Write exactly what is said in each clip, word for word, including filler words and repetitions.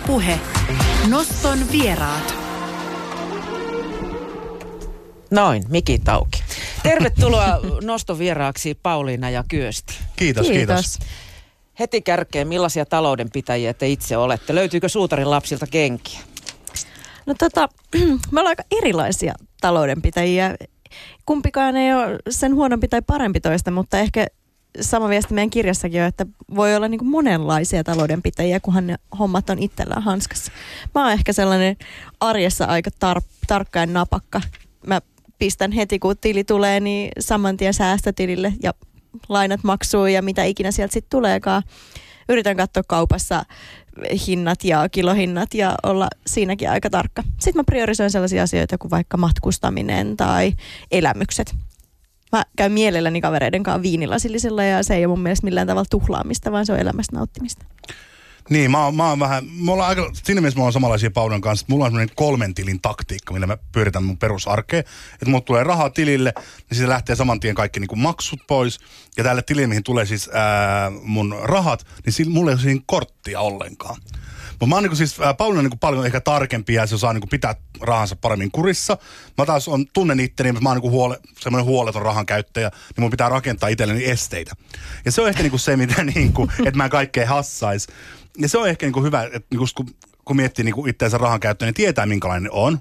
Puhe. Noston vieraat. Noin, mikit auki. Tervetuloa Noston vieraaksi Pauliina ja Kyösti. Kiitos, kiitos. kiitos. Heti kärkeen, millaisia taloudenpitäjiä te itse olette? Löytyykö suutarin lapsilta kenkiä? No tota, me ollaan aika erilaisia taloudenpitäjiä. Kumpikaan ei ole sen huonompi tai parempi toista, mutta ehkä sama viesti meidän kirjassakin on, että voi olla niin kuin monenlaisia taloudenpitäjiä, kunhan ne hommat on itsellään hanskassa. Mä oon ehkä sellainen arjessa aika tar- tarkka ja napakka. Mä pistän heti, kun tili tulee, niin saman tien säästötilille ja lainat maksuu ja mitä ikinä sieltä sitten tuleekaan. Yritän katsoa kaupassa hinnat ja kilohinnat ja olla siinäkin aika tarkka. Sitten mä priorisoin sellaisia asioita kuin vaikka matkustaminen tai elämykset. Mä käyn mielelläni kavereiden kanssa viinilasillisella ja se ei ole mun mielestä millään tavalla tuhlaamista, vaan se on elämästä nauttimista. Niin, mä oon, mä oon vähän, me ollaan aika, siinä mielessä me ollaan samanlaisia Paulinan kanssa. Mulla on semmoinen kolmen tilin taktiikka, millä mä pyöritän mun perusarkea. Että mulla tulee rahaa tilille, niin siitä lähtee saman tien kaikki niin kuin maksut pois. Ja tälle tilille, mihin tulee siis ää, mun rahat, niin sillä, mulla ei ole siinä korttia ollenkaan. Mutta mä oon niin siis, ää, Pauliina on niin paljon ehkä tarkempi ja se osaa niin pitää rahansa paremmin kurissa. Mä taas on, tunnen itteni, että mä oon niin huole, semmoinen huoleton rahan käyttäjä, niin mun pitää rakentaa itselleni esteitä. Ja se on ehkä niin se, mitä niin kuin, että mä en kaikkea hassais. Ja se on ehkä niin kuin hyvä, että niin kun, kun miettii niin itseänsä rahan käyttöön, niin tietää minkälainen on.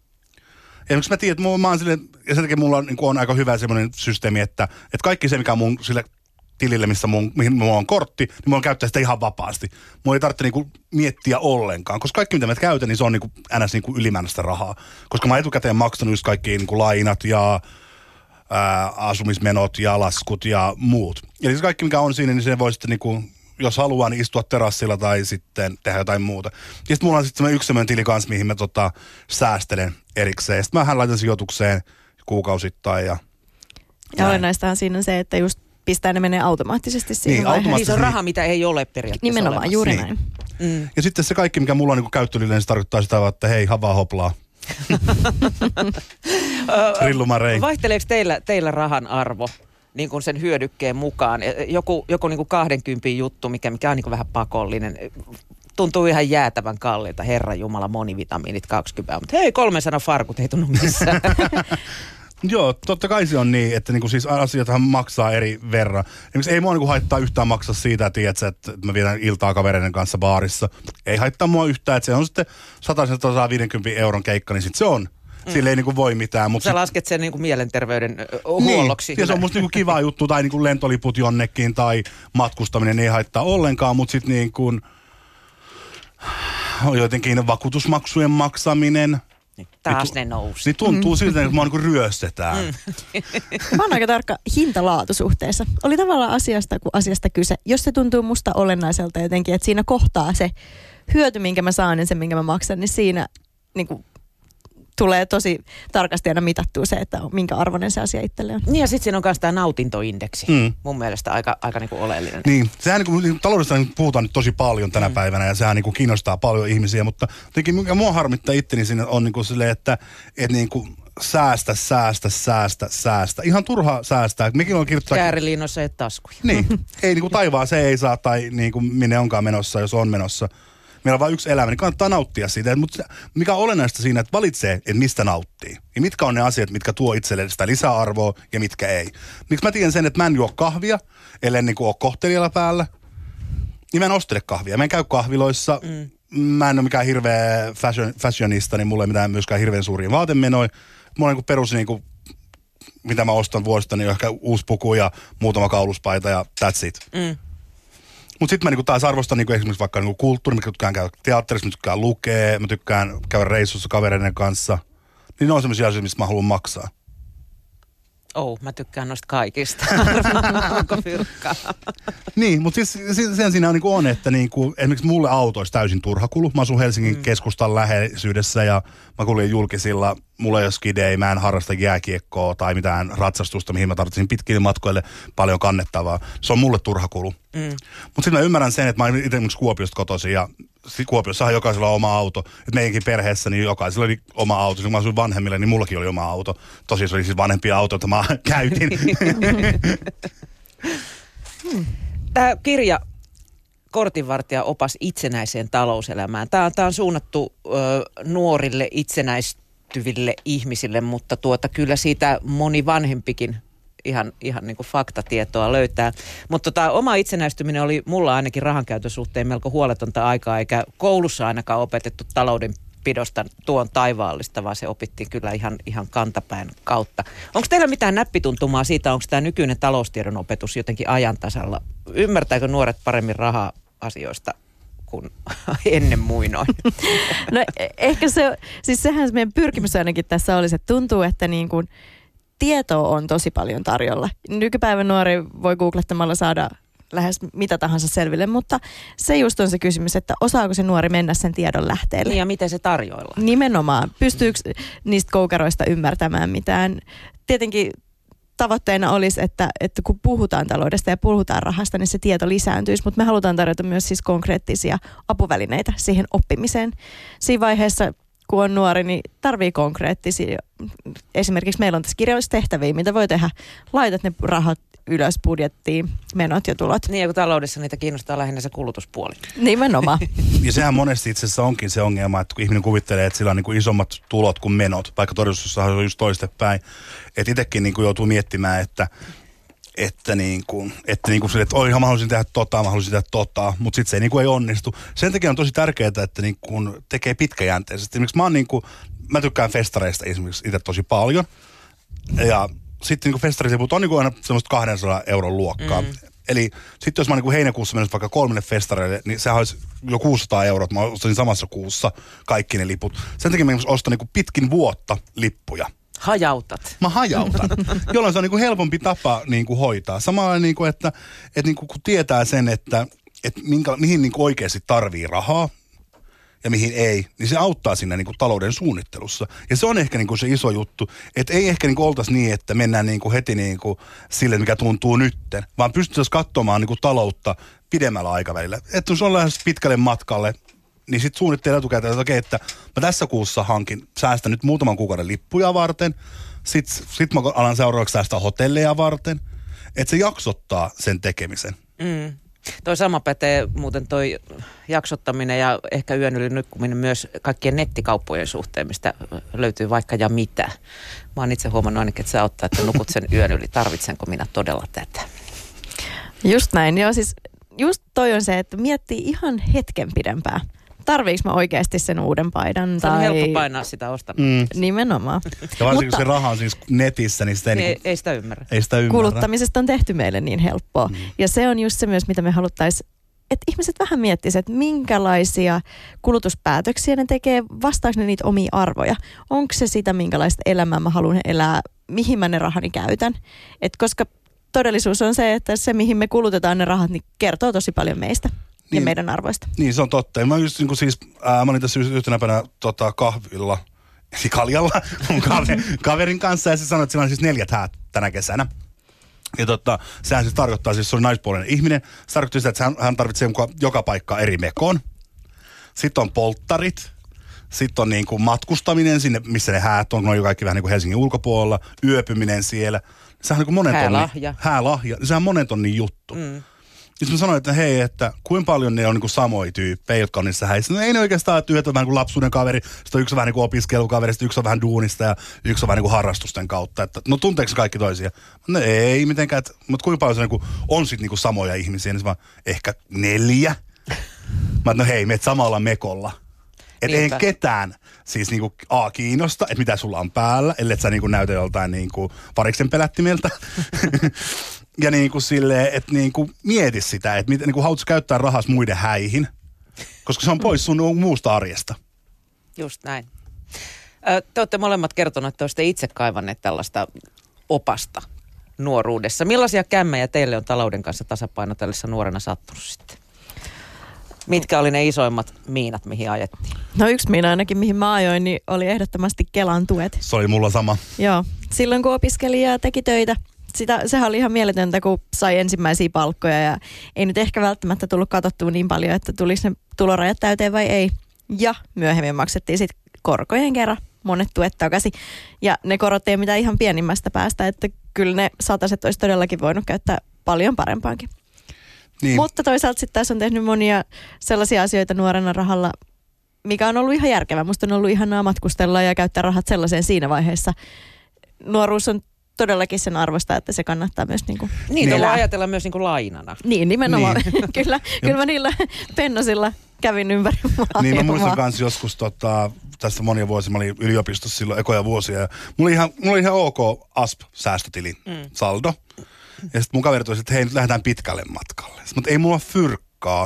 Ja miksi mä tiedän, että mä oon silleen, ja sen takia mulla on, niin on aika hyvä semmoinen systeemi, että, että kaikki se, mikä on mun sille tilille, missä mun, mihin mulla on kortti, niin mä oon käyttää sitä ihan vapaasti. Mulla ei tarvitse niin kuin miettiä ollenkaan, koska kaikki mitä mä käytän, niin se on niin kuin ns. Niin kuin ylimääräistä rahaa. Koska mä oon etukäteen maksanut just kaikki niin kuin lainat ja ää, asumismenot ja laskut ja muut. Eli se kaikki mikä on siinä, niin se voi sitten niin kuin jos haluaa, niin istua terassilla tai sitten tehdä jotain muuta. Ja sitten mulla on sitten yksi semmoinen tili kanssa, mihin mä tota, säästelen erikseen. Sitten mähän laitan sijoitukseen kuukausittain. Ja, ja olennaistahan siinä on se, että just pistää ne menee automaattisesti siihen niin, vaiheeseen. Niin se on raha, mitä ei ole periaatteessa nimenomaan, olemassa. juuri niin. näin. Mm. Ja sitten se kaikki, mikä mulla on niin käyttötilille, niin se tarkoittaa sitä, että hei, havaa hoplaa. Rillumarei. Vaihteleeko teillä, teillä rahan arvo? Niin kuin sen hyödykkeen mukaan. Joku, joku niin kuin kahdenkympin juttu, mikä, mikä on niin kuin vähän pakollinen. Tuntuu ihan jäätävän kalliilta. Herra Jumala, monivitamiinit kaksikymmentä. Mutta hei, kolmesataa farkut ei tunnu missään. Joo, totta kai se on niin, että niinku siis asiathan maksaa eri verran. Esimerkiksi ei mua niinku haittaa yhtään maksaa siitä, tiedätkö, että mä vietän iltaa kavereiden kanssa baarissa. Ei haittaa mua yhtään, että se on sitten sata sata viisikymmentä euron keikka, niin sitten se on. Mm. Sille ei niinku voi mitään. Mutta sä lasket sen niinku mielenterveyden huolloksi. Niin, ja se on musta niinku kiva juttu, tai niinku lentoliput jonnekin, tai matkustaminen ei haittaa ollenkaan, mutta sitten niinku jotenkin vakuutusmaksujen maksaminen. Taas ne nousi. Niin tuntuu mm. siltä, että mua niinku ryöstetään. Mm. Mä oon aika tarkka hinta-laatusuhteessa. Oli tavallaan asiasta kuin asiasta kyse. Jos se tuntuu musta olennaiselta jotenkin, että siinä kohtaa se hyöty, minkä mä saan ja se, minkä mä maksan, niin siinä niin kuin tulee tosi tarkasti aina mitattua se, että minkä arvoinen se asia itselle on. Niin ja sitten siinä on myös tämä nautintoindeksi. Mm. Mun mielestä aika, aika niinku oleellinen. Niin, sehän niinku, niin, taloudesta niin puhutaan nyt tosi paljon tänä mm. päivänä ja sehän niinku kiinnostaa paljon ihmisiä, mutta jotenkin mikä mua harmittaa itteni siinä on niinku silleen, että et niinku säästä, säästä, säästä, säästä. Ihan turhaa säästää. Mekin on kirjoittaa... Kääriliinossa et taskuja. Niin, ei niinku taivaan se ei saa tai niinku minne onkaan menossa, jos on menossa. Meillä on vain yksi elämä, niin kannattaa nauttia siitä. Mutta mikä on olennaista siinä, että valitsee, että mistä nauttii. Ja mitkä on ne asiat, mitkä tuo itselleen sitä lisäarvoa ja mitkä ei. Miksi mä tiedän sen, että mä en juo kahvia, ellen niin kuin ole kohtelijalla päällä. Niin mä en ostele kahvia. Mä en käy kahviloissa. Mm. Mä en ole mikään hirveä fashion, fashionista, niin mulla ei mitään myöskään hirveän suuria vaatemenoja. Mulla on niin kuin perus, niin kuin, mitä mä ostan vuodesta, niin ehkä uusi puku ja muutama kauluspaita ja that's it. Mm. Mutta sitten mä niinku taas arvostan niinku esimerkiksi vaikka niinku kulttuuri, mä tykkään käydä teatterissa, mä tykkään lukea, mä tykkään käydä reissussa kavereiden kanssa. Niin ne on sellaisia asioita, mistä mä haluan maksaa. Oh, mä tykkään noista kaikista. Onko fyrkkaa? Niin, mutta siis sen siinä on, niinku on, että niinku, esimerkiksi mulle auto olisi täysin turha kulu. Mä asun Helsingin mm. keskustan läheisyydessä ja mä kuljen julkisilla. Mulla ei ole skidei, mä en harrasta jääkiekkoa tai mitään ratsastusta, mihin mä tarvitsin pitkille matkoille paljon kannettavaa. Se on mulle turha kulu. Mm. Mutta sitten mä ymmärrän sen, että mä olen itse esimerkiksi Kuopiosta kotoisin ja Kuopiossahan jokaisella on oma auto. Että meidänkin perheessä niin jokaisella oli oma auto. Kun mä asuin vanhemmille, niin mullakin oli oma auto. Tosin se oli siis vanhempia autoja, joita mä käytin. Tämä kirja kortinvartija opas itsenäiseen talouselämään. Tämä, tämä on suunnattu ö, nuorille itsenäistyville ihmisille, mutta tuota, kyllä siitä moni vanhempikin ihan, ihan niin kuin faktatietoa löytää. Mutta tota, oma itsenäistyminen oli mulla ainakin rahankäytön suhteen melko huoletonta aikaa, eikä koulussa ainakaan opetettu taloudenpidosta tuon taivaallista, vaan se opittiin kyllä ihan, ihan kantapään kautta. Onko teillä mitään näppituntumaa siitä, onko tämä nykyinen taloustiedon opetus jotenkin ajan tasalla? Ymmärtääkö nuoret paremmin raha-asioista kuin ennen muinoin? No ehkä se, siis sehän se meidän pyrkimys ainakin tässä olisi, että tuntuu, että niin kuin tietoa on tosi paljon tarjolla. Nykypäivän nuori voi googlettamalla saada lähes mitä tahansa selville, mutta se just on se kysymys, että osaako se nuori mennä sen tiedon lähteelle. Niin ja miten se tarjoillaan? Nimenomaan. Pystyykö niistä koukeroista ymmärtämään mitään? Tietenkin tavoitteena olisi, että, että kun puhutaan taloudesta ja puhutaan rahasta, niin se tieto lisääntyisi, mutta me halutaan tarjota myös siis konkreettisia apuvälineitä siihen oppimiseen. Siinä vaiheessa, kun on nuori, niin tarvii konkreettisia. Esimerkiksi meillä on tässä kirjallisuustehtäviä, mitä voi tehdä. Laitat ne rahat ylös budjettiin, menot ja tulot. Niin ja kun taloudessa niitä kiinnostaa lähinnä se kulutuspuoli. Nimenomaan. Ja sehän monesti itse asiassa onkin se ongelma, että kun ihminen kuvittelee, että sillä on niin kuin isommat tulot kuin menot, vaikka todellisuudessa on just toistepäin. Että itsekin niin kuin joutuu miettimään, että että niin kuin, että niin kuin sille, että oi, mä haluaisin tehdä tota, mä haluaisin tehdä tota, mutta sitten se niin kuin ei onnistu. Sen takia on tosi tärkeää, että niin kuin tekee pitkäjänteisesti. Esimerkiksi mä oon niin kuin, mä tykkään festareista esimerkiksi itse tosi paljon. Ja sitten niin kuin festarisiput on niin kuin aina semmoista kahdensadan euron luokkaa. Mm. Eli sitten jos mä oon niin kuin heinäkuussa menossa vaikka kolmelle festareille, niin sehän olisi jo kuusisataa euroa, mä ostin samassa kuussa kaikki ne liput. Sen takia mä ostan niin kuin pitkin vuotta lippuja. Hajautat. Mä hajautan, jolloin se on niin kuin helpompi tapa niin kuin hoitaa. Samalla niin kuin, että, että niin kuin, kun tietää sen, että, että minkä, mihin niin kuin oikeasti tarvii rahaa ja mihin ei, niin se auttaa siinä niin kuin talouden suunnittelussa. Ja se on ehkä niin kuin se iso juttu, että ei ehkä niin kuin oltaisi niin, että mennään niin kuin heti niin kuin sille, mikä tuntuu nytten, vaan pystyttäisiin katsomaan niin kuin taloutta pidemmällä aikavälillä. Että jos on lähes pitkälle matkalle, niin sitten suunnittelee etukäteen, että okei, että mä tässä kuussa hankin, säästän nyt muutaman kuukauden lippuja varten, sitten sit mä alan seuraavaksi säästää hotelleja varten, että se jaksottaa sen tekemisen. Mm. Toi sama pätee muuten toi jaksottaminen ja ehkä yön yli nukkuminen myös kaikkien nettikauppojen suhteen, mistä löytyy vaikka ja mitä. Mä oon itse huomannut ainakin, että se auttaa, että nukut sen yön yli. Tarvitsenko minä todella tätä? Just näin. Joo, siis just toi on se, että miettii ihan hetken pidempään. Tarviiko mä oikeasti sen uuden paidan? Se on tai... helppo painaa sitä ostanut. Mm. Nimenomaan. Ja varsinkin kun se raha on siis netissä, niin sitä ei, ei, niin kuin, ei sitä ymmärrä. Ei sitä ymmärrä. Kuluttamisesta on tehty meille niin helppoa. Mm. Ja se on just se myös, mitä me haluttaisiin, että ihmiset vähän miettisivät, että minkälaisia kulutuspäätöksiä ne tekee, vastaako ne niitä omia arvoja. Onko se sitä, minkälaista elämää mä haluan elää, mihin mä ne rahani käytän. Et koska todellisuus on se, että se, mihin me kulutetaan ne rahat, niin kertoo tosi paljon meistä. Ja niin, meidän arvoista. Niin, se on totta. Ja mä, just, niin siis, ää, mä olin tässä yhtenä päivänä tota, kahvilla, kaljalla mun kaveri, kaverin kanssa ja se sanoi, että sillä on siis neljät häät tänä kesänä. Ja tota, sehän siis tarkoittaa, siis se oli naispuolinen ihminen, se tarkoittaa sitä, että hän, hän tarvitsee joka paikkaa eri mekoon. Sitten on polttarit, sitten on niin kuin matkustaminen sinne, missä ne häät on, ne on jo kaikki vähän niin kuin Helsingin ulkopuolella, yöpyminen siellä. Sehän on niin kuin monen tonnin. Häälahja. Häälahja. Sehän on monen tonnin juttu. Mm. Sitten mä sanoin, että hei, että kuinka paljon ne on niin kuin samoja tyyppejä, jotka on niissä häissä. No ei ne oikeastaan, että yhdet on vähän kuin lapsuuden kaveri, sitten on yksi on vähän niin kuin opiskelukaveri, sitten yksi on vähän duunista ja yksi on vähän niin kuin harrastusten kautta. Että, no tunteeko kaikki toisia? No ei mitenkään, että, mutta kuinka paljon se niin kuin, on sitten niin kuin samoja ihmisiä, niin se vaan ehkä neljä. Mä no hei, meet samalla mekolla. Että ei ketään siis niinku A kiinnosta, että mitä sulla on päällä, ellei sä niinku näytä joltain niinku pariksen pelättimeltä. Ja niinku silleen, että niinku mieti sitä, että miten niinku haluatko käyttää rahas muiden häihin, koska se on pois sun muusta arjesta. Just näin. Te olette molemmat kertoneet, että olette itse kaivanneet tällaista opasta nuoruudessa. Millaisia kämmejä teille on talouden kanssa tasapainotellessa nuorena sattunut sitten? Mitkä oli ne isoimmat miinat, mihin ajettiin? No yksi miina ainakin, mihin mä ajoin, niin oli ehdottomasti Kelan tuet. Se oli mulla sama. Joo. Silloin kun opiskeli ja teki töitä, sitä, sehän oli ihan mieletöntä, kun sai ensimmäisiä palkkoja ja ei nyt ehkä välttämättä tullut katsottua niin paljon, että tuliko ne tulorajat täyteen vai ei. Ja myöhemmin maksettiin sitten korkojen kerran monet tuet takaisin. Ja ne korot ei mitään ihan pienimmästä päästä, että kyllä ne sataset olisi todellakin voinut käyttää paljon parempaankin. Niin. Mutta toisaalta sitten tässä on tehnyt monia sellaisia asioita nuorena rahalla, mikä on ollut ihan järkevää. Musta on ollut ihanaa matkustella ja käyttää rahat sellaiseen siinä vaiheessa. Nuoruus on todellakin sen arvosta, että se kannattaa myös niinku Niin, elää. tuolla ajatella myös niinku lainana. Niin, nimenomaan. Niin. kyllä, kyllä mä niillä pennosilla kävin ympäri maailmaa. Niin mä muistan kans joskus tota, tästä monia vuosia, mä olin yliopistossa silloin ekoja vuosia. Ja mulla oli ihan, mulla oli ihan ok A S P-säästötili, mm. saldo. Ja sitten mun kaverit olisivat, että hei, nyt lähdetään pitkälle matkalle. Mutta ei mulla fyrkkaa.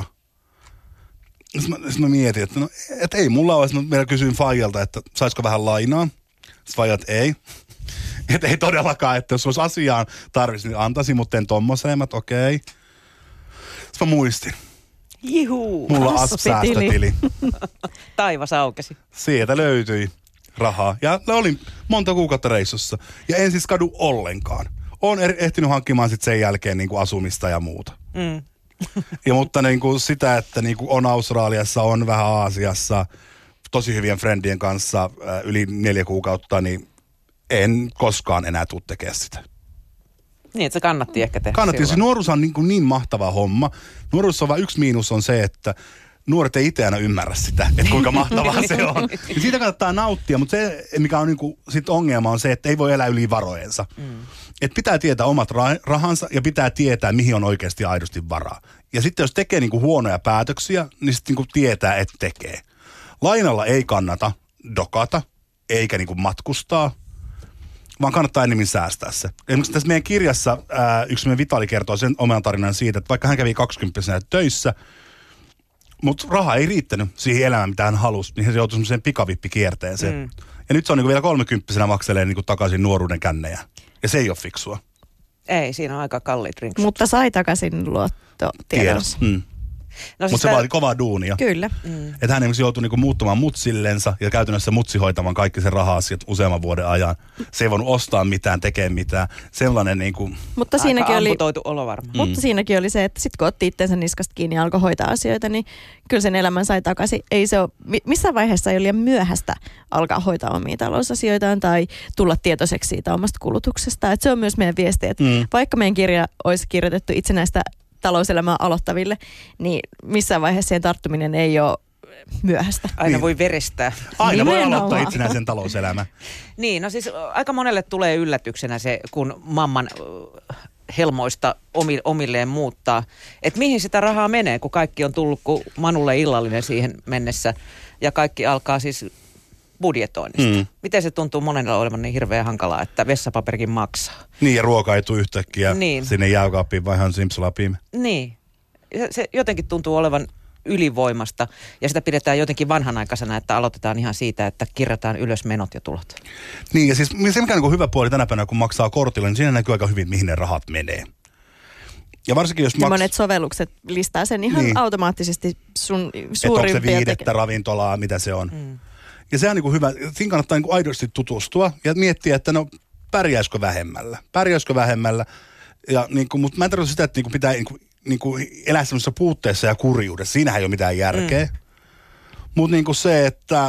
Sitten mä, sit mä mietin, että no, et ei mulla ole. Sitten mä vielä kysyin Fajalta, että saisiko vähän lainaa. Sitten Fajat ei. Että ei todellakaan, että jos olisi asiaan tarvitsisi, niin antaisi, mutta en tommoseen. Mä okei. Okay. Sitten mä muistin. Juhuu. Mulla on A S P-säästötili. Taivas aukesi. Sieltä löytyi rahaa. Ja olin monta kuukautta reissussa. Ja en siis kadu ollenkaan. Olen ehtinyt hankkimaan sitten sen jälkeen niin kuin asumista ja muuta. Mm. Ja mutta niin kuin sitä, että niin kuin on Australiassa, on vähän Aasiassa, tosi hyvien friendien kanssa äh, yli neljä kuukautta, niin en koskaan enää tule tekemään sitä. Niin, että se kannatti ehkä tehdä Kannatti. silloin. Se nuoruus on niin, kuin niin mahtava homma. Nuoruus on vain yksi miinus on se, että nuoret ei itse aina ymmärrä sitä, että kuinka mahtavaa se on. Ja siitä kannattaa nauttia, mutta se, mikä on niin kuin, sit ongelma, on se, että ei voi elää yli varojensa. Mm. Et pitää tietää omat rahansa ja pitää tietää, mihin on oikeasti aidosti varaa. Ja sitten jos tekee niin kuin huonoja päätöksiä, niin sitten niin kuin tietää, että tekee. Lainalla ei kannata dokata, eikä niin kuin matkustaa, vaan kannattaa enemmän säästää se. Esimerkiksi tässä meidän kirjassa ää, yksi meidän Vitali kertoo sen oman tarinan siitä, että vaikka hän kävi kaksikymppisenä töissä, mutta raha ei riittänyt siihen elämään, mitä hän halusi, niin se joutui semmoiseen pikavippikierteeseen. Mm. Ja nyt se on niin vielä kolmekymppisenä makselee niin takaisin nuoruuden kännejä. Ja se ei ole fiksua. Ei, siinä on aika kalliit rinksut. Mutta sai takaisin luottotiedonsa. Mm. No, Mutta siis se tää... vaati kovaa duunia. Kyllä. Mm. Että hän esimerkiksi joutui niinku muuttumaan mutsillensa ja käytännössä mutsi hoitamaan kaikki sen raha-asiat useamman vuoden ajan. Se ei voinut ostaa mitään, tekee mitään. Sellainen niinku... Mutta siinäkin oli, amputoitu olo varmaan. mutta Mm. siinäkin oli se, että sitten kun otti itsensä niskasta kiinni ja alkoi hoitaa asioita, niin kyllä sen elämän sai takaisin. Ei se ole, missään vaiheessa ei ole liian myöhäistä alkaa hoitaa omia talousasioitaan tai tulla tietoiseksi siitä omasta kulutuksesta. Et se on myös meidän viesti, että Mm. vaikka meidän kirja olisi kirjoitettu itsenäistä talouselämää aloittaville, niin missään vaiheessa siihen tarttuminen ei ole myöhäistä. Aina Niin. voi verestää. Aina voi Nimenomaan. aloittaa itsenäisen talouselämän. Niin, no siis aika monelle tulee yllätyksenä se, kun mamman äh, helmoista omi, omilleen muuttaa. Että mihin sitä rahaa menee, kun kaikki on tullut, kun Manulle illallinen siihen mennessä. Ja kaikki alkaa siis budjetoinnista. Mm. Miten se tuntuu monella olevan niin hirveän hankalaa, että vessapaperikin maksaa? Niin, ja ruoka ei tule yhtäkkiä Niin. sinne jääkaappiin, vai ihan simpsalapiin. Niin. Se, se jotenkin tuntuu olevan ylivoimasta ja sitä pidetään jotenkin vanhanaikaisena, että aloitetaan ihan siitä, että kirjataan ylös menot ja tulot. Niin, ja siis se mikä on hyvä puoli tänä päivänä, kun maksaa kortilla, niin siinä näkyy aika hyvin, mihin ne rahat menee. Ja varsinkin jos Ja maks- monet sovellukset listaa sen ihan Niin. automaattisesti sun että onko se suurimpia viidettä teke- ravintolaa, mitä se on. Mm. Ja se on niin kuin hyvä, siinä kannattaa niin kuin aidosti tutustua ja miettiä, että no pärjäisikö vähemmällä, pärjäisikö vähemmällä. Ja niin kuin, mutta mä en tarkoita sitä, että niin kuin pitää niin kuin, niin kuin elää semmoisessa puutteessa ja kurjuudessa. Siinähän ei ole mitään järkeä. Mm. Mutta niin kuin se, että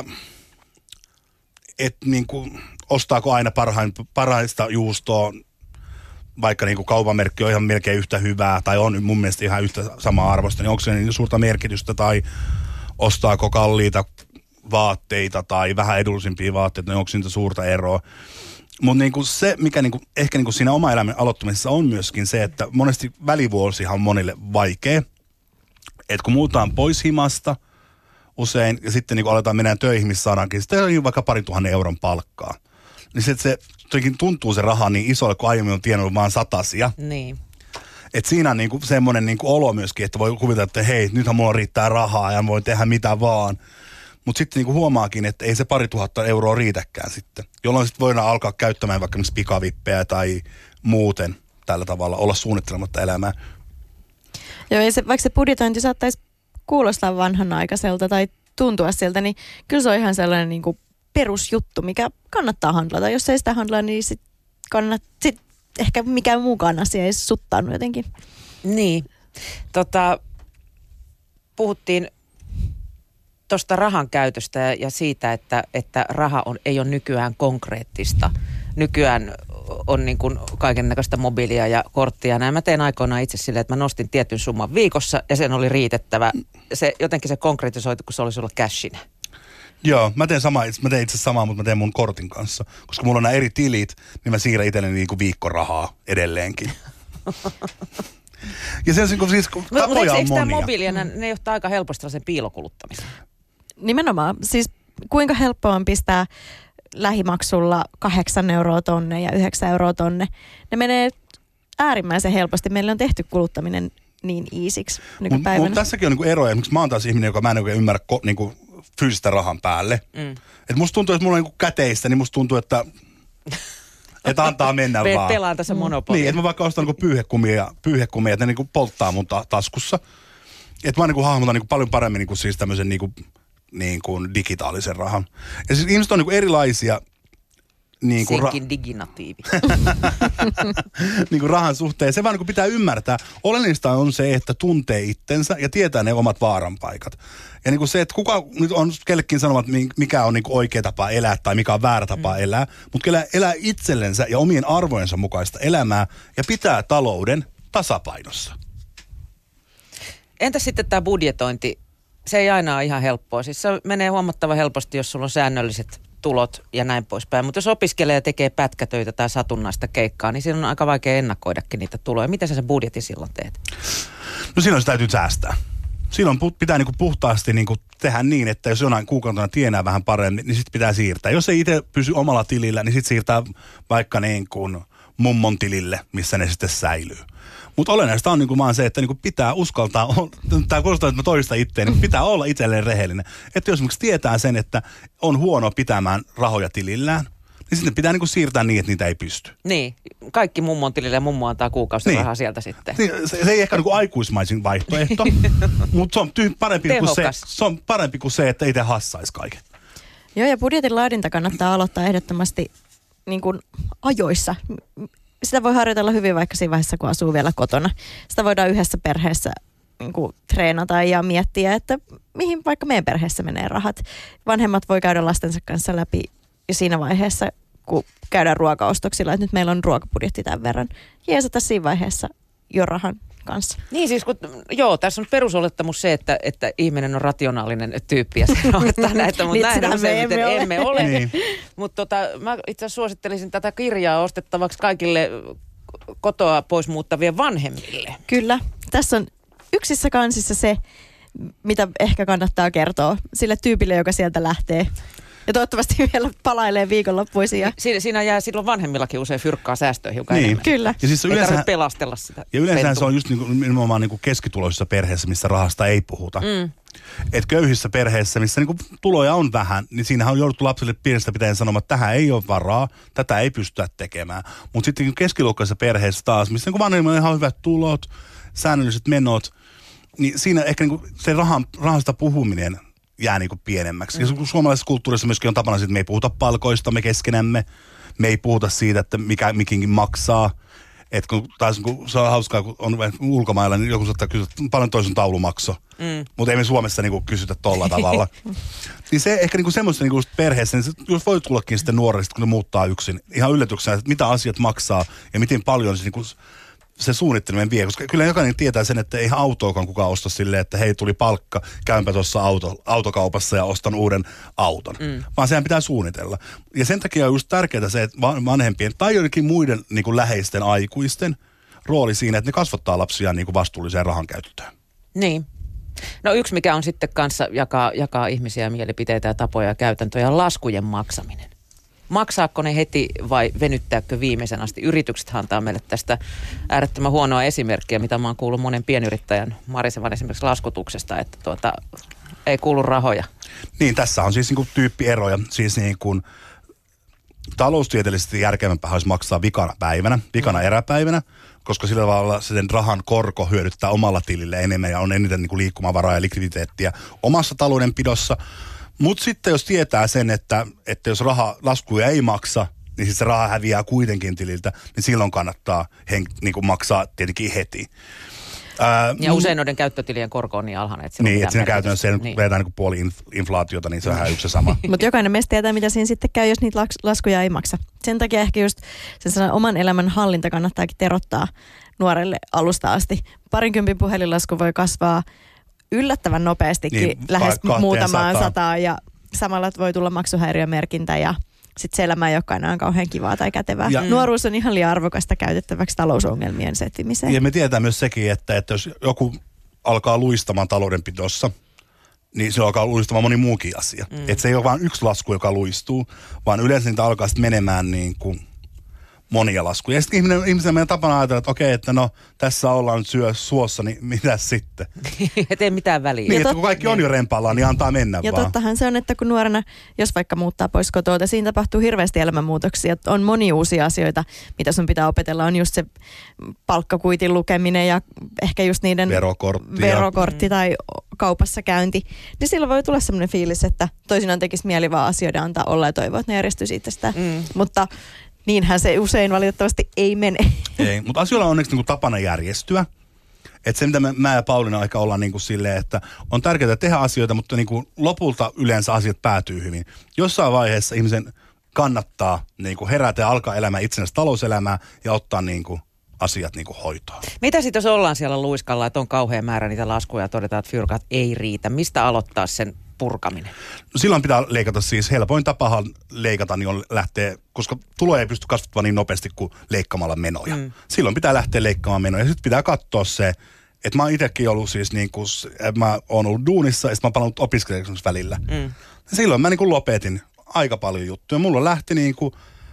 et niin kuin, ostaako aina parhain, parhaista juustoa, vaikka niin kuin kaupamerkki on ihan melkein yhtä hyvää, tai on mun mielestä ihan yhtä samaa arvosta, niin onko se niin suurta merkitystä, tai ostaako kalliita vaatteita tai vähän edullisimpia vaatteita, niin onko siitä suurta eroa. Mutta niinku se, mikä niinku, ehkä niinku siinä oma elämän aloittamisessa on myöskin se, että monesti välivuosihan on monille vaikea. Että kun muutaan pois himasta usein ja sitten niinku aletaan mennä töihin, missä saadaankin sitten on vaikka parin tuhannen euron palkkaa. Niin se, se tuntuu se raha niin isolle, kun aiemmin on tiennyt vaan satasia. Niin. Että siinä on niinku semmoinen niinku olo myöskin, että voi kuvitella, että hei, nythän mulla riittää rahaa ja voi tehdä mitä vaan. Mutta sitten niinku huomaakin, että ei se pari tuhatta euroa riitäkään sitten. Jolloin sitten voidaan alkaa käyttämään vaikka pikavippejä tai muuten tällä tavalla olla suunnittelematta elämää. Joo, ja se, vaikka se budjetointi saattaisi kuulostaa vanhanaikaiselta tai tuntua siltä, niin kyllä se on ihan sellainen niin kuin perusjuttu, mikä kannattaa handlata. Jos ei sitä handlaa, niin sit kannat, sit ehkä mikään muukaan asia ei suttaanut jotenkin. Niin. Tota, puhuttiin tuosta rahan käytöstä ja siitä, että, että raha on, ei ole nykyään konkreettista. Nykyään on niin kuin kaiken näköistä mobiilia ja korttia. Näin mä tein aikoinaan itse silleen, että mä nostin tietyn summan viikossa ja sen oli riitettävä. Se, jotenkin se konkretisoitu, kun se oli sulla cashina. Joo, mä teen, sama, mä teen itse samaa, mutta mä teen mun kortin kanssa. Koska mulla on nämä eri tilit, niin mä siirrän itselleni niin kuin viikkorahaa edelleenkin. Ja se on siis, kun tapoja on monia. Eikö tämä mobiilia, ne, ne johtaa aika helposti sellaisen piilokuluttamiseen? Nimenomaan. Siis kuinka helppoa on pistää lähimaksulla kahdeksan euroa tonne ja yhdeksän euroa tonne. Ne menee äärimmäisen helposti. Meillä on tehty kuluttaminen niin easiksi nykypäivänä. Mutta tässäkin on niinku eroja. Esimerkiksi mä oon taas ihminen, joka mä en oikein ymmärrä ko, niinku fyysistä rahan päälle. Mm. Et musta tuntuu, että mulla on niinku käteistä, niin musta tuntuu, että että antaa mennä Pe- vaan. Pelaan tässä monopolia. Niin, että mä vaikka ostan niinku pyyhekumia, pyyhekumia, että ne niinku polttaa mun ta- taskussa. Että mä niinku hahmotan niinku paljon paremmin niinku siis tämmöisen niinku, niinku digitaalisen rahan. Ja siis ihmiset on niinku erilaisia. Niin kuin Senkin ra- diginatiivi. niin kuin rahan suhteen. Se vaan niin kuin pitää ymmärtää. Oleellista on se, että tuntee itsensä ja tietää ne omat vaaranpaikat. Ja niin kuin se, että kuka nyt on kellekin sanomat, mikä on niin kuin oikea tapa elää tai mikä on väärä tapa mm. elää. Mutta kyllä elää itsellensä ja omien arvojensa mukaista elämää ja pitää talouden tasapainossa. Entä sitten tämä budjetointi? Se ei aina ole ihan helppoa. Siis se menee huomattavan helposti, jos sulla on säännölliset tulot ja näin poispäin. Mutta jos opiskelee ja tekee pätkätöitä tai satunnaista keikkaa, niin siinä on aika vaikea ennakoidakin niitä tuloja. Miten sä sen budjetin silloin teet? No silloin se täytyy säästää. Silloin pitää niinku puhtaasti niinku tehdä niin, että jos jonain kuukautena tienaa vähän paremmin, niin sitten pitää siirtää. Jos ei itse pysy omalla tilillä, niin sitten siirtää vaikka niin kuin mummon tilille, missä ne sitten säilyy. Mutta olennaista on niin vaan se, että niin pitää uskaltaa, tämä kuulostaa, että mä toistan itseäni, niin pitää olla itselleen rehellinen. Että jos esimerkiksi tietää sen, että on huono pitämään rahoja tilillään, niin sitten pitää niin siirtää niin, että niitä ei pysty. Niin, kaikki mummon tilille ja mummo antaa kuukausirahaa niin sieltä sitten. Niin, se, se ei ehkä niin aikuismaisin vaihtoehto, mutta se on tyh- parempi, kuin se, se on parempi kuin se, että itse hassaisi kaiken. Joo, ja budjetin laadinta kannattaa aloittaa ehdottomasti niin kuin ajoissa. Sitä voi harjoitella hyvin vaikka siinä vaiheessa, kun asuu vielä kotona. Sitä voidaan yhdessä perheessä niin kuin treenata ja miettiä, että mihin vaikka meidän perheessä menee rahat. Vanhemmat voi käydä lastensa kanssa läpi jo siinä vaiheessa, kun käydään ruokaostoksilla, että nyt meillä on ruokabudjetti tämän verran. Jeesata siinä vaiheessa jo rahan kanssa. Niin siis, kun, joo, tässä on perusolettamus se, että, että ihminen on rationaalinen tyyppi ja se noudattaa näitä, mutta näin useimmiten emme, emme ole. Niin. Mutta tota, mä itse asiassa suosittelisin tätä kirjaa ostettavaksi kaikille kotoa pois muuttavien vanhemmille. Kyllä. Tässä on yksissä kansissa se, mitä ehkä kannattaa kertoa sille tyypille, joka sieltä lähtee. Ja toivottavasti vielä palailee viikonloppuisin. Ja... Siinä, siinä jää silloin vanhemmillakin usein fyrkkaa säästöä hiukan niin, enemmän. Kyllä. Ja siis ei yleensä, tarvitse pelastella sitä. Ja yleensä pentua. se on just niin nimenomaan niin keskituloisissa perheissä, missä rahasta ei puhuta. Mm. Että köyhissä perheissä, missä niin tuloja on vähän, niin siinähän on jouduttu lapsille pienestä pitäen sanomaan, että tähän ei ole varaa, tätä ei pystytä tekemään. Mutta sitten keskiluokkaisissa perheissä taas, missä niin vanhemmilla on ihan hyvät tulot, säännölliset menot, niin siinä ehkä niin se rahan, rahasta puhuminen jää niin kuin pienemmäksi. Mm. Ja suomalaisessa kulttuurissa myöskin on tapana, että me ei puhuta palkoista, me keskenämme. Me ei puhuta siitä, että mikä mikinkin maksaa. Että kun, taas, kun se on hauskaa, kun on ulkomailla, niin joku saattaa kysyä, että paljon toisen taulumakso. Mm. Mutta ei me Suomessa niin kuin kysytä tolla tavalla. Niin se ehkä niin semmoista niin perheessä, niin jos voi tullakin sitten nuorista, kun ne muuttaa yksin. Ihan yllätyksenä, että mitä asiat maksaa ja miten paljon se niin kuin se suunnitteleminen vie, koska kyllä jokainen tietää sen, että ei autoakaan kukaan osta silleen, että hei tuli palkka, käynpä tuossa auto, autokaupassa ja ostan uuden auton. Mm. Vaan sehän pitää suunnitella. Ja sen takia on just tärkeää se, että vanhempien tai joidenkin muiden niin kuin läheisten aikuisten rooli siinä, että ne kasvattaa lapsia niin kuin vastuulliseen rahan käyttöön. Niin. No yksi mikä on sitten kanssa jakaa, jakaa ihmisiä mielipiteitä ja tapoja ja käytäntöjä on laskujen maksaminen. Maksaako ne heti vai venyttääkö viimeisen asti? Yritykset antaa meille tästä äärettömän huonoa esimerkkiä, mitä mä oon kuullut monen pienyrittäjän Marisevan esimerkiksi laskutuksesta, että tuota, ei kuulu rahoja. Niin, tässä on siis niin kuin tyyppieroja. Siis niin kuin taloustieteellisesti järkevämpää olisi maksaa vikana päivänä, vikana mm. eräpäivänä, koska sillä tavalla sen rahan korko hyödyttää omalla tilille enemmän ja on eniten niin kuin liikkumavaraa ja likviditeettiä omassa taloudenpidossa. Mutta sitten jos tietää sen, että, että jos raha, laskuja ei maksa, niin sitten se raha häviää kuitenkin tililtä, niin silloin kannattaa hen, niin kuin maksaa tietenkin heti. Ää, Ja usein noiden käyttötilien korko on niin alhainen, että se niin, että siinä käytännössä se niin. vedetään niin puoli inflaatiota, niin se on vähän yksi sama. Mutta jokainen meistä tietää, mitä siinä sitten käy, jos niitä laskuja ei maksa. Sen takia ehkä just sen oman elämän hallinta kannattaakin terottaa nuorelle alusta asti. Parinkympin puhelinlasku voi kasvaa yllättävän nopeastikin, niin, lähes kahteen muutamaan sataan. sataan, ja samalla voi tulla maksuhäiriömerkintä ja sitten se elämä ei olekaan enää kauhean kivaa tai kätevää. Ja nuoruus on ihan liian arvokasta käytettäväksi talousongelmien setvimiseen. Ja me tiedetään myös sekin, että, että jos joku alkaa luistamaan taloudenpidossa, niin se alkaa luistamaan moni muukin asia. Mm. Että se ei ole vain yksi lasku, joka luistuu, vaan yleensä niitä alkaa sitten menemään niin kuin monia laskuja. Ja sitten ihminen, ihmisen meidän tapana ajatella, että okei, että no tässä ollaan nyt syö suossa, niin mitäs sitten? Et ei mitään väliä. Niin, että kun kaikki on jo rempallaan, niin antaa mennä ja vaan. Ja tottahan se on, että kun nuorena, jos vaikka muuttaa pois kotoa, siinä tapahtuu hirveästi elämänmuutoksia. On moni uusia asioita, mitä sun pitää opetella. On just se palkkakuitin lukeminen ja ehkä just niiden verokortti, verokortti tai kaupassa käynti. Niin silloin voi tulla sellainen fiilis, että toisinaan tekisi mieli vaan asioiden antaa olla ja toivoa, että ne järjestyisi itsestään. Mm. Mutta niinhän se usein valitettavasti ei mene. Ei, mutta asioilla on onneksi niinku tapana järjestyä. Että se, mitä me, mä ja Pauliina aika ollaan niinku silleen, että on tärkeää tehdä asioita, mutta niinku lopulta yleensä asiat päätyy hyvin. Jossain vaiheessa ihmisen kannattaa niinku herätä ja alkaa elämään itsenäistä talouselämää ja ottaa niinku asiat niinku hoitoon. Mitä sitten, jos ollaan siellä luiskalla, että on kauhean määrä niitä laskuja ja todetaan, että fyrkat ei riitä? Mistä aloittaa sen purkaminen? No silloin pitää leikata siis. Helpoin tapahan leikata niin on lähteä, koska tuloja ei pysty kasvattamaan niin nopeasti kuin leikkaamalla menoja. Mm. Silloin pitää lähteä leikkaamaan menoja. Sitten pitää katsoa se, että mä oon itsekin ollut siis niin kuin, mä oon ollut duunissa ja sitten mä oon palannut opiskelijaksi välillä. Mm. Silloin mä niin kuin lopetin aika paljon juttuja. Mulla lähti niin kuin,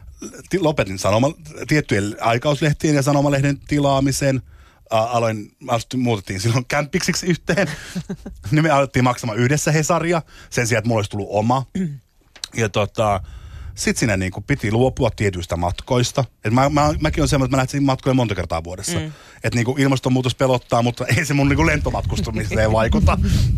lopetin sanoma, tiettyjen aikauslehtien ja sanomalehden tilaamisen. Aloin, muutettiin silloin kämpiksiksi yhteen. Niin me alettiin maksamaan yhdessä Hesaria, sen sijaan, että mulla olisi tullut oma. Ja tota, sit siinä niin kuin piti luopua tietyistä matkoista. Et mä, mä, mäkin on semmoinen, että mä lähtisin matkoille monta kertaa vuodessa. Mm. Että niin kuin ilmastonmuutos pelottaa, mutta ei se mun niin kuin lentomatkustumiseen vaikuta.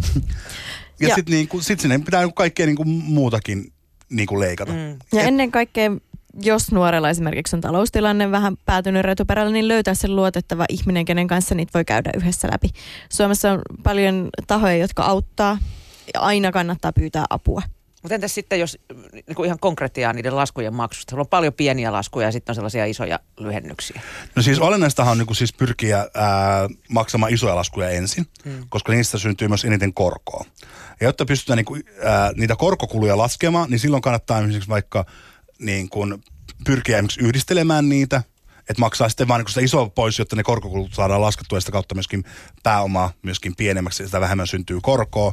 ja ja sitten niin kuin, sit sinne pitää kaikkea niin kuin muutakin niin kuin leikata. Mm. Ja Et, ennen kaikkea, jos nuorella esimerkiksi on taloustilanne vähän päätynyt retuperällä, niin löytää sen luotettava ihminen, kenen kanssa niitä voi käydä yhdessä läpi. Suomessa on paljon tahoja, jotka auttaa ja aina kannattaa pyytää apua. Mutta entäs sitten, jos niin kuin ihan konkretiaa niiden laskujen maksusta? Sulla on paljon pieniä laskuja ja sitten on sellaisia isoja lyhennyksiä. No siis olennaistahan on niin kuin siis pyrkiä ää, maksamaan isoja laskuja ensin, hmm. koska niistä syntyy myös eniten korkoa. Ja jotta pystytään niin kuin, ää, niitä korkokuluja laskemaan, niin silloin kannattaa esimerkiksi vaikka niin kuin pyrkiä esimerkiksi yhdistelemään niitä, että maksaa sitten vaan niin sitä isoa pois, jotta ne korkokulut saadaan laskettua ja sitä kautta myöskin pääomaa myöskin pienemmäksi ja sitä vähemmän syntyy korkoa.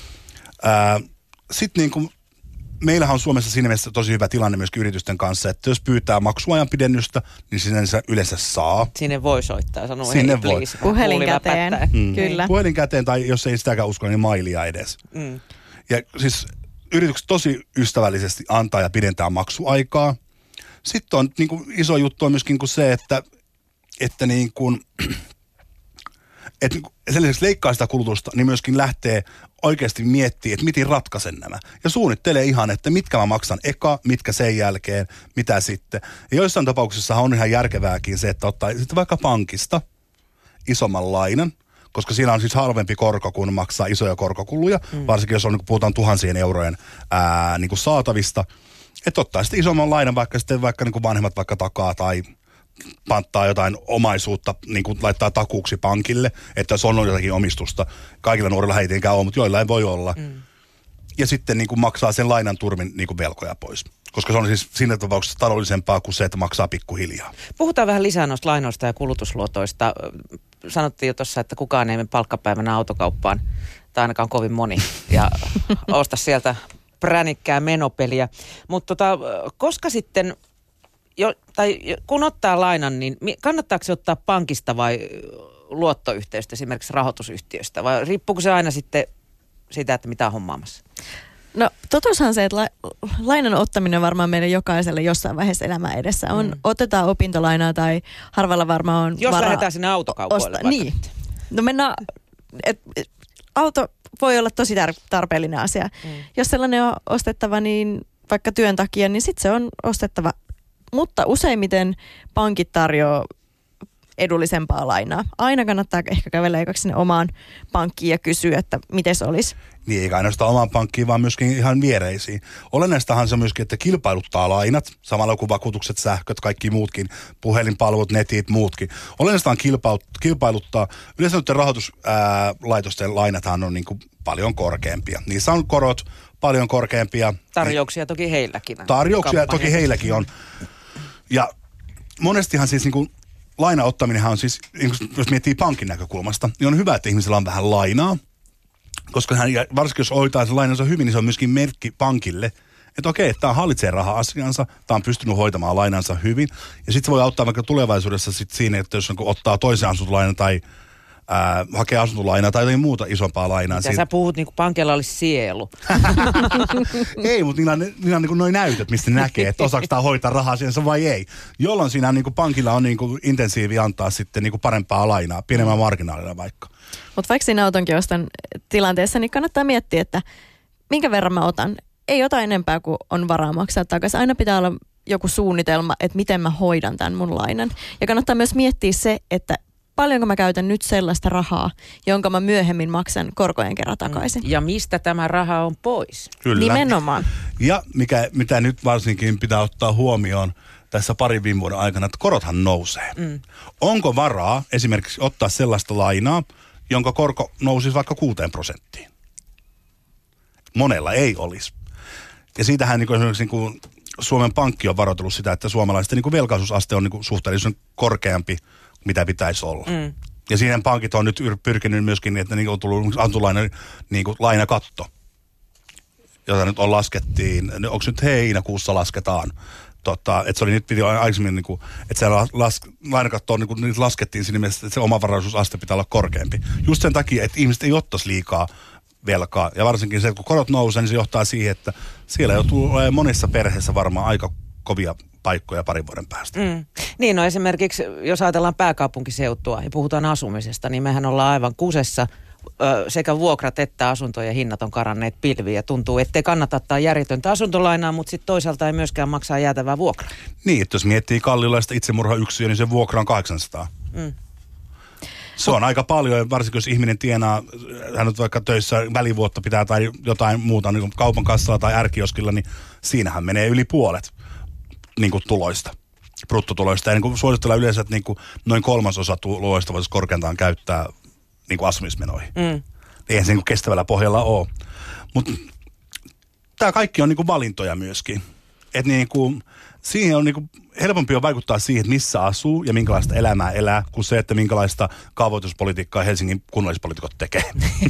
Sitten niin kuin meillähän on Suomessa siinä mielessä tosi hyvä tilanne myöskin yritysten kanssa, että jos pyytää maksuajan pidennystä, niin sinne se yleensä saa. Sinne voi soittaa, sanoa sinne hei, voi. please. Puhelin käteen, mm. kyllä. Puhelin käteen tai jos ei sitäkään usko, niin mailia edes. Mm. Ja siis yritykset tosi ystävällisesti antaa ja pidentää maksuaikaa. Sitten on niin kuin, iso juttu on myöskin kuin se, että, että niin kuin, että sen lisäksi leikkaa sitä kulutusta, niin myöskin lähtee oikeasti miettimään, että miten ratkaisen nämä. Ja suunnittelee ihan, että mitkä mä maksan eka, mitkä sen jälkeen, mitä sitten. Ja joissain tapauksissa on ihan järkevääkin se, että ottaa sitten vaikka pankista isomman lainan, koska siinä on siis halvempi korko, kun maksaa isoja korkokuluja, mm. varsinkin jos on, niin puhutaan tuhansien eurojen ää, niin kuin saatavista. Että ottaa sitten isomman lainan, vaikka sitten vaikka niin kuin vanhemmat vaikka takaa tai panttaa jotain omaisuutta, niin kuin laittaa takuuksi pankille, että jos on jotakin omistusta. Kaikilla nuorilla ei tietenkään ole, mutta joillain voi olla. Mm. Ja sitten niin kuin maksaa sen lainan turmin niin kuin velkoja pois. Koska se on siis siinä tapauksessa taloudellisempaa kuin se, että maksaa pikkuhiljaa. Puhutaan vähän lisää noista lainoista ja kulutusluotoista. Sanottiin jo tuossa, että kukaan ei mene palkkapäivänä autokauppaan, tai ainakaan kovin moni, ja osta sieltä pränikkää menopeliä. Mutta tota, koska sitten, jo, tai kun ottaa lainan, niin kannattaako se ottaa pankista vai luottoyhtiöstä, esimerkiksi rahoitusyhtiöstä, vai riippuuko se aina sitten siitä, että mitä on hommaamassa? No totuushan se, että la- lainan ottaminen varmaan meidän jokaiselle jossain vaiheessa elämää edessä on. Mm. Otetaan opintolainaa tai harvalla varmaan on jos varaa lähdetään sinne autokaupoille osta- Niin. No mennään, et, et, auto voi olla tosi tar- tarpeellinen asia. Mm. Jos sellainen on ostettava, niin vaikka työn takia, niin sitten se on ostettava. Mutta useimmiten pankit tarjoaa edullisempaa lainaa. Aina kannattaa ehkä kävellä ekaksi sinne omaan pankkiin ja kysyä, että miten se olisi. Niin, eikä ainoastaan omaan pankkiin, vaan myöskin ihan viereisiin. Olennaistahan se myöskin, että kilpailuttaa lainat, samalla kuin vakuutukset, sähköt, kaikki muutkin, puhelinpalvelut, netit, muutkin. Olennaista on kilpailuttaa. Yleensä nyt rahoituslaitosten lainathan on niin kuin paljon korkeampia. Niissä on korot paljon korkeampia. Tarjouksia toki heilläkin. Tarjouksia toki heilläkin on. Ja monestihan siis niin kuin lainan ottaminenhan on siis, jos miettii pankin näkökulmasta, niin on hyvä, että ihmisellä on vähän lainaa. Koska hän, varsinkin jos hoitaa sen lainansa hyvin, niin se on myöskin merkki pankille, että okei, tämä hallitsee raha-asiansa, tämä on pystynyt hoitamaan lainansa hyvin. Ja sitten se voi auttaa vaikka tulevaisuudessa sit siinä, että jos ottaa toisen asuntolainan tai ää, hakee asuntolainaa tai jotain muuta isompaa lainaa. Mitä sä puhut, niin kuin pankilla olisi sielu. Ei, mutta niillä on, niillä on niin noin näytöt, mistä ne näkee, että osaako tämä hoitaa raha-asiansa vai ei. Jolloin siinä niin kuin pankilla on niin kuin intensiivi antaa sitten niin kuin parempaa lainaa, pienemmän marginaalilla vaikka. Mutta vaikka siinä autonkin ostan tilanteessa, niin kannattaa miettiä, että minkä verran mä otan. Ei ota enempää kuin on varaa maksaa takaisin. Aina pitää olla joku suunnitelma, että miten mä hoidan tämän mun lainan. Ja kannattaa myös miettiä se, että paljonko mä käytän nyt sellaista rahaa, jonka mä myöhemmin maksan korkojen kerran takaisin. Ja mistä tämä raha on pois? Kyllä. Nimenomaan. Ja mikä, mitä nyt varsinkin pitää ottaa huomioon tässä parin viime vuoden aikana, että korothan nousee. Mm. Onko varaa esimerkiksi ottaa sellaista lainaa, jonka korko nousisi vaikka kuuteen prosenttiin? Monella ei olisi. Ja siitähän niin kuin esimerkiksi niin kuin Suomen Pankki on varoitellut sitä, että suomalaisten niin kuin velkaisuusaste on niin kuin suhteellisen korkeampi, mitä pitäisi olla. Mm. Ja siihen pankit on nyt pyrkinyt myöskin, että niin on tullut antulainen niin kuin lainakatto, jota nyt on laskettiin. Onko nyt heinäkuussa lasketaan? Tota, että se oli nyt piti aikaisemmin, niin kuin, että siellä las, lainakattoon niin niitä laskettiin siinä mielessä, että se omavaraisuusaste pitää olla korkeampi. Just sen takia, että ihmiset ei ottaisi liikaa velkaa. Ja varsinkin se, kun korot nousee, niin se johtaa siihen, että siellä joutuu monissa perheissä varmaan aika kovia paikkoja parin vuoden päästä. Mm. Niin, no esimerkiksi jos ajatellaan pääkaupunkiseutua ja puhutaan asumisesta, niin mehän ollaan aivan kusessa. Sekä vuokrat että asuntojen hinnat on karanneet pilviin ja tuntuu, ettei kannata ottaa järjetöntä asuntolainaa, mutta sitten toisaalta ei myöskään maksaa jäätävää vuokraa. Niin, että jos miettii kalliolaista itsemurhayksiöä, niin se vuokra on kahdeksansataa. Mm. Se on aika paljon, varsinkin jos ihminen tienaa, hän on vaikka töissä välivuotta pitää tai jotain muuta, niin kuin kaupan kassalla tai ärkioskilla, niin siinähän menee yli puolet niin kuin tuloista, bruttotuloista. Ja niin kuin suositellaan yleensä, että niin kuin noin kolmasosa tuloista voisi korkeintaan käyttää niin kuin asumismenoihin. Mm. Eihän se niin kuin kestävällä pohjalla ole. Mutta tämä kaikki on niin kuin valintoja myöskin. Että niin kuin siihen on niin kuin helpompi on vaikuttaa siihen, että missä asuu ja minkälaista elämää elää, kuin se, että minkälaista kaavoituspolitiikkaa Helsingin kunnallispoliitikot tekee.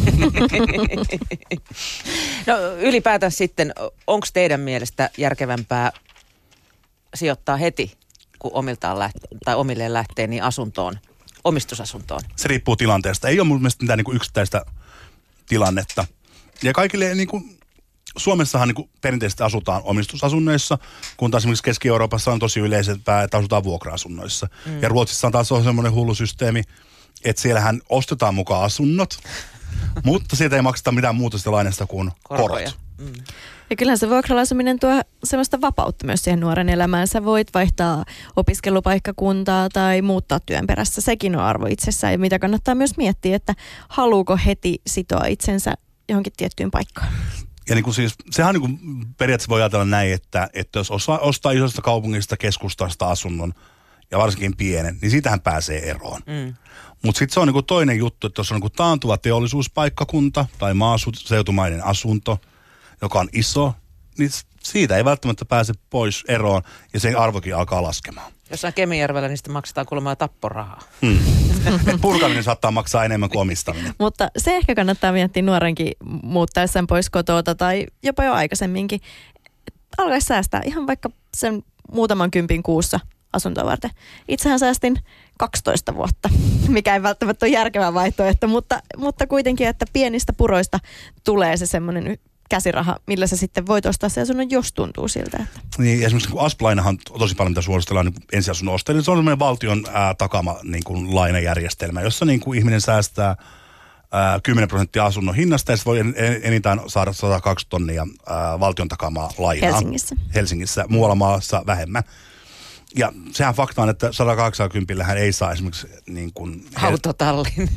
No ylipäätään sitten, onko teidän mielestä järkevämpää sijoittaa heti, kun omiltaan lähtee, tai omilleen lähtee, niin asuntoon, omistusasuntoon? Se riippuu tilanteesta. Ei ole mun mielestä mitään niin kuin yksittäistä tilannetta. Ja kaikille niin kuin Suomessahan niin kuin perinteisesti asutaan omistusasunnoissa, kun taas esimerkiksi Keski-Euroopassa on tosi yleisempää, että asutaan vuokra-asunnoissa. Mm. Ja Ruotsissa on taas semmoinen hullu systeemi, että siellähän ostetaan mukaan asunnot, mutta siitä ei makseta mitään muuta sitä lainasta kuin korot. Mm. Ja kyllähän se vuokralla-asuminen tuo semmoista vapautta myös siihen nuoren elämään. Sä voit vaihtaa opiskelupaikkakuntaa tai muuttaa työn perässä. Sekin on arvo itsessään, ja mitä kannattaa myös miettiä, että haluuko heti sitoa itsensä johonkin tiettyyn paikkaan. Ja niin kuin siis, sehän niin kuin periaatteessa voi ajatella näin, että, että jos ostaa, ostaa isosta kaupungista keskustasta asunnon, ja varsinkin pienen, niin siitähän pääsee eroon. Mm. Mutta sitten se on niin kuin toinen juttu, että jos on niin kuin taantuva teollisuuspaikkakunta tai maaseutumainen asunto, joka on iso, niin siitä ei välttämättä pääse pois eroon, ja sen arvokin alkaa laskemaan. Jossain Kemijärvellä niistä maksetaan kuulemma tapporahaa. Hmm. Purkaminen saattaa maksaa enemmän kuin omistaminen. Mutta se ehkä kannattaa miettiä nuorenkin muuttaessaan pois kotota tai jopa jo aikaisemminkin. Alkaisi säästää ihan vaikka sen muutaman kympin kuussa asuntoa varten. Itsehän säästin kaksitoista vuotta, mikä ei välttämättä ole järkevä vaihtoehto, mutta, mutta kuitenkin, että pienistä puroista tulee se semmoinen käsiraha, millä sä sitten voit ostaa se asunnon, jos tuntuu siltä. Että. Niin, esimerkiksi kun Asp-lainahan on tosi paljon, mitä suositellaan niin ensiasunnon ostajille. Se on semmoinen valtion ää, takama niin kuin lainajärjestelmä, jossa niin kuin ihminen säästää ää, kymmenen prosenttia asunnon hinnasta, ja se voi en, en, enintään saada sata kaksi tonnia ää, valtion takamaa lainaa. Helsingissä. Helsingissä, muualla maassa vähemmän. Ja sehän fakta on, että sata kahdeksankymmentä ei saa esimerkiksi niin kuin... Autotallin.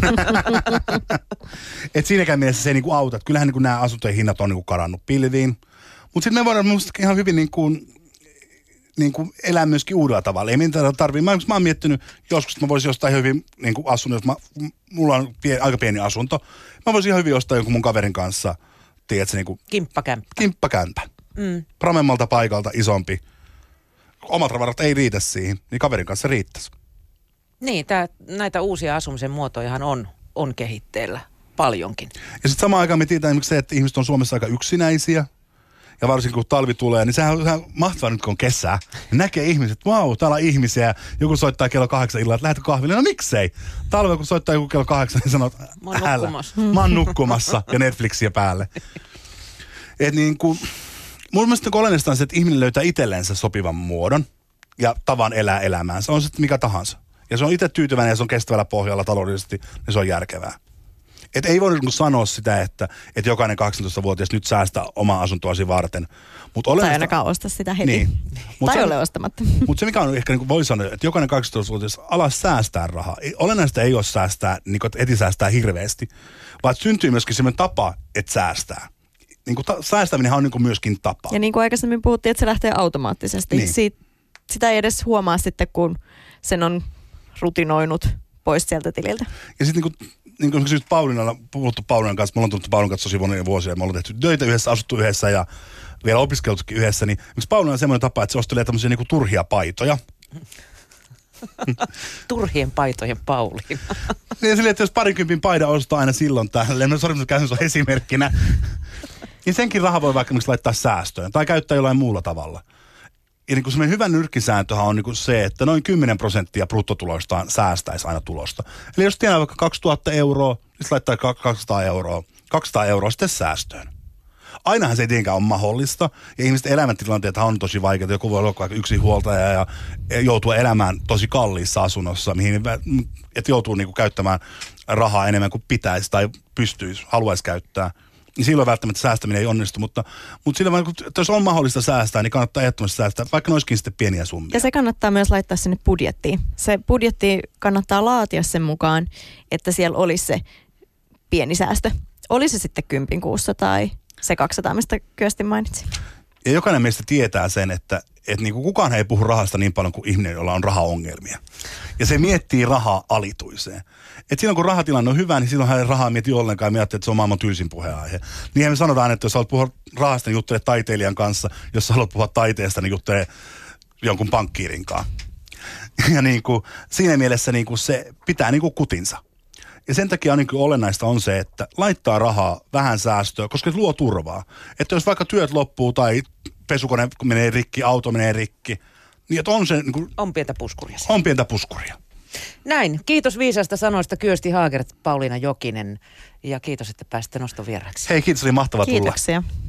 Että siinäkään mielessä se ei niin kuin auta. Että kyllähän niin kuin nämä asuntojen hinnat on niin kuin karannut pilviin. Mutta sitten me voidaan minusta ihan hyvin niin kuin, niin kuin elää myöskin uudella tavalla. Ei mitään tarvitse. Mä, mä oon miettinyt joskus, että mä voisin jostain hyvin niin kuin asunnon, jos mä, mulla on pie, aika pieni asunto. Mä voisin ihan hyvin ostaa jonkun mun kaverin kanssa, tiedätkö, niin kuin... Kimppakämppä. Kimppakämpä. Mm. Pramemmalta paikalta isompi. Omat varat ei riitä siihen, niin kaverin kanssa riittäisi. Niin, tää, näitä uusia asumisen muotojahan on, on kehitteellä paljonkin. Ja sitten samaan aikaan me tiedetään esimerkiksi se, että ihmiset on Suomessa aika yksinäisiä. Ja varsinkin kun talvi tulee, niin sehän on, sehän on mahtavaa nyt kun on kesää. Niin näkee ihmiset, että vau, täällä on ihmisiä. Joku soittaa kello kahdeksan illalla, että lähdetään kahville. No miksei? Talvella kun soittaa joku kello kahdeksan, niin sanoo, että mä oon nukkumassa. Mä oon nukkumassa ja Netflixiä päälle. Että niin kuin... Mun mielestä olennaista on se, että ihminen löytää itsellensä sopivan muodon ja tavan elää elämäänsä. On se mikä tahansa. Ja se on itse tyytyväinen ja se on kestävällä pohjalla taloudellisesti, niin se on järkevää. Et ei voi niin sanoa sitä, että, että jokainen kahdeksantoistavuotias nyt säästää omaa asuntoasi varten. Mut tai ainakaan osta sitä heti. Niin. Mut tai se, ole ostamatta. Mutta se mikä on ehkä, niin voi sanoa, että jokainen kahdeksantoistavuotias ala säästää rahaa. Olennaista ei ole säästää, niin kuin, että heti säästää hirveästi, vaan syntyy myöskin sellainen tapa, että säästää. Niin kuin ta- säästäminenhän on niin kuin myöskin tapa. Ja niin kuin aikaisemmin puhuttiin, että se lähtee automaattisesti. Niin. Siit, sitä ei edes huomaa sitten, kun sen on rutinoinut pois sieltä tililtä. Ja sitten niin kuin, niin kuin esimerkiksi Pauliinalla, puhuttu Pauliinan kanssa, me ollaan tullut Paulinan kanssa tosi monia vuosia, me ollaan tehty töitä yhdessä, asuttu yhdessä ja vielä opiskeltukin yhdessä, niin yksi Pauliina on semmoinen tapa, että se ostelee tämmöisiä niin kuin turhia paitoja. Turhien paitojen Pauliina. Niin silleen, että jos parikympin paida ostaa aina silloin tälleen, no sori, mutta käyn sun esimerkkinä, niin senkin raha voi vaikka laittaa säästöön tai käyttää jollain muulla tavalla. Ja niin kuin semmoinen hyvä nyrkkisääntöhän on niin kuin se, että noin kymmenen prosenttia bruttotuloistaan säästäisi aina tulosta. Eli jos tienaa vaikka kaksituhatta euroa, niin laittaa kaksisataa euroa, kaksisataa euroa sitten säästöön. Ainahan se ei tietenkään ole mahdollista, ja ihmisten elämäntilanteet on tosi vaikeita. Joku voi olla vaikka yksin huoltaja ja joutua elämään tosi kalliissa asunnossa, mihin et joutuu niinku käyttämään rahaa enemmän kuin pitäisi tai pystyisi, haluaisi käyttää. Niin silloin välttämättä säästäminen ei onnistu, mutta, mutta silloin, että jos on mahdollista säästää, niin kannattaa ehdottomasti säästää, vaikka ne olisikin sitten pieniä summia. Ja se kannattaa myös laittaa sinne budjettiin. Se budjetti kannattaa laatia sen mukaan, että siellä olisi se pieni säästö. Oli se sitten kympin kuussa tai se kaksisataa, mistä Kyösti mainitsi. Ja jokainen meistä tietää sen, että, että niin kuin kukaan ei puhu rahasta niin paljon kuin ihminen, jolla on rahaongelmia. Ja se miettii rahaa alituiseen. Että silloin kun rahatilanne on hyvä, niin silloin hän rahaa mieti ollenkaan ja miettii, että se on maailman tylsin puheenaihe. Niinhän me sanotaan, että jos haluat puhua rahasta, niin juttele taiteilijan kanssa. Jos haluat puhua taiteesta, niin juttele jonkun pankkiirinkaan. Ja niin kuin, siinä mielessä niin kuin se pitää niin kuin kutinsa. Ja sen takia on niin kuin olennaista on se, että laittaa rahaa vähän säästöä, koska se luo turvaa. Että jos vaikka työt loppuu tai pesukone menee rikki, auto menee rikki, niin että on se... Niin kuin, on pientä puskuria. On pientä puskuria. Näin. Kiitos viisaista sanoista Kyösti Haagert, Pauliina Jokinen ja kiitos, että pääsitte noston vieraksi. Hei, kiitos, oli mahtava tulla. Kiitoksia.